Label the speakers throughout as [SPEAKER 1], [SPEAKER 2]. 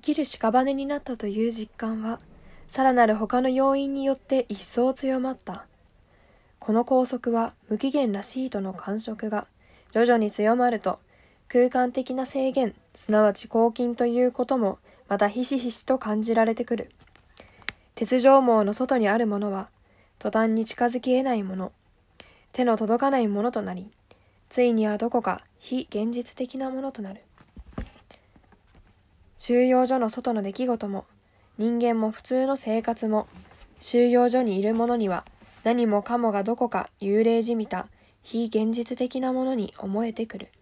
[SPEAKER 1] きる屍になったという実感は、さらなる他の要因によって一層強まった。この拘束は無期限らしいとの感触が徐々に強まると、空間的な制限、すなわち拘禁ということもまたひしひしと感じられてくる。鉄条網の外にあるものは、途端に近づき得ないもの、手の届かないものとなり、ついにはどこか非現実的なものとなる。収容所の外の出来事も、人間も普通の生活も、収容所にいる者には何もかもがどこか幽霊じみた非現実的なものに思えてくる。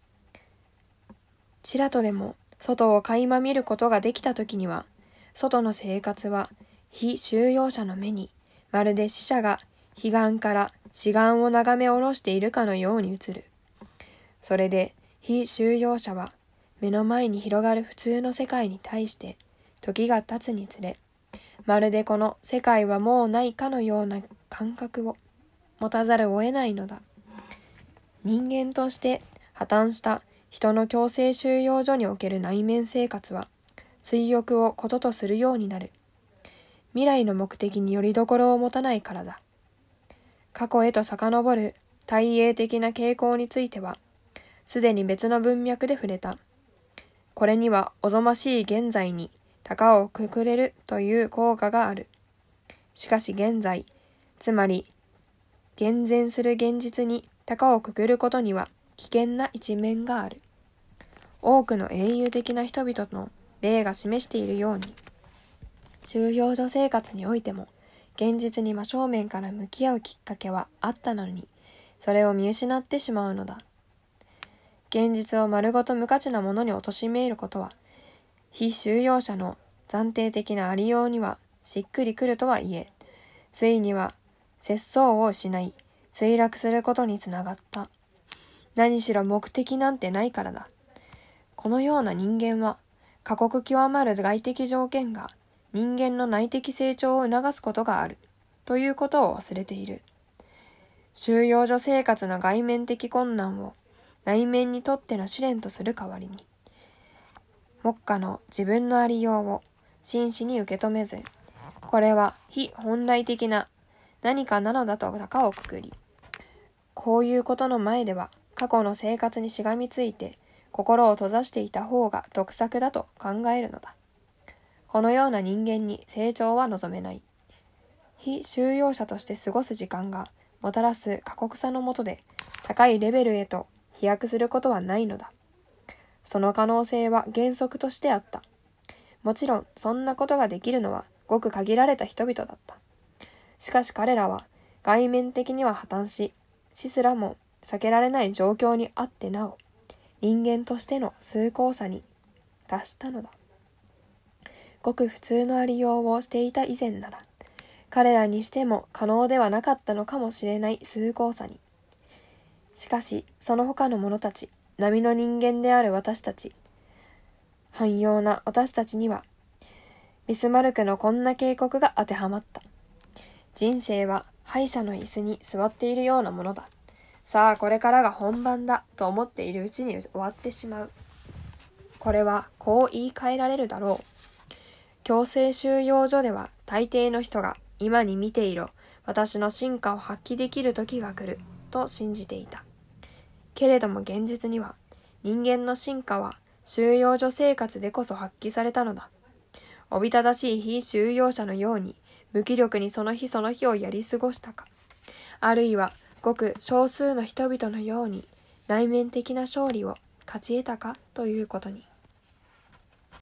[SPEAKER 1] ちらとでも外を垣間見ることができたときには、外の生活は非収容者の目にまるで死者が彼岸から此岸を眺め下ろしているかのように映る。それで非収容者は目の前に広がる普通の世界に対して時が経つにつれ、まるでこの世界はもうないかのような感覚を持たざるを得ないのだ。人間として破綻した人の強制収容所における内面生活は、追憶をこととするようになる。未来の目的によりどころを持たないからだ。過去へと遡る大英的な傾向については、すでに別の文脈で触れた。これにはおぞましい現在に高をくくれるという効果がある。しかし現在、つまり厳然する現実に高をくくることには危険な一面がある。多くの英雄的な人々の例が示しているように、収容所生活においても現実に真正面から向き合うきっかけはあったのに、それを見失ってしまうのだ。現実を丸ごと無価値なものに貶めることは、非収容者の暫定的なありようにはしっくりくるとはいえ、ついには節操を失い、墜落することにつながった。何しろ目的なんてないからだ。このような人間は、過酷極まる外的条件が人間の内的成長を促すことがある、ということを忘れている。収容所生活の外面的困難を内面にとっての試練とする代わりに、目下の自分のありようを真摯に受け止めず、これは非本来的な何かなのだと高をくくり、こういうことの前では過去の生活にしがみついて心を閉ざしていた方が得策だと考えるのだ。このような人間に成長は望めない。非収容者として過ごす時間がもたらす過酷さのもとで高いレベルへと飛躍することはないのだ。その可能性は原則としてあった。もちろんそんなことができるのはごく限られた人々だった。しかし彼らは外面的には破綻し、死すらも避けられない状況にあってなお、人間としての崇高さに達したのだ。ごく普通のありようをしていた以前なら、彼らにしても可能ではなかったのかもしれない崇高さに。しかし、その他の者たち、並の人間である私たち、汎用な私たちには、ビスマルクのこんな警告が当てはまった。人生は敗者の椅子に座っているようなものだ。さあこれからが本番だと思っているうちに終わってしまう。これはこう言い換えられるだろう。強制収容所では大抵の人が今に見ていろ、私の真価を発揮できる時が来ると信じていた。けれども現実には人間の真価は収容所生活でこそ発揮されたのだ。おびただしい非収容者のように無気力にその日その日をやり過ごしたか、あるいはごく少数の人々のように内面的な勝利を勝ち得たかということに。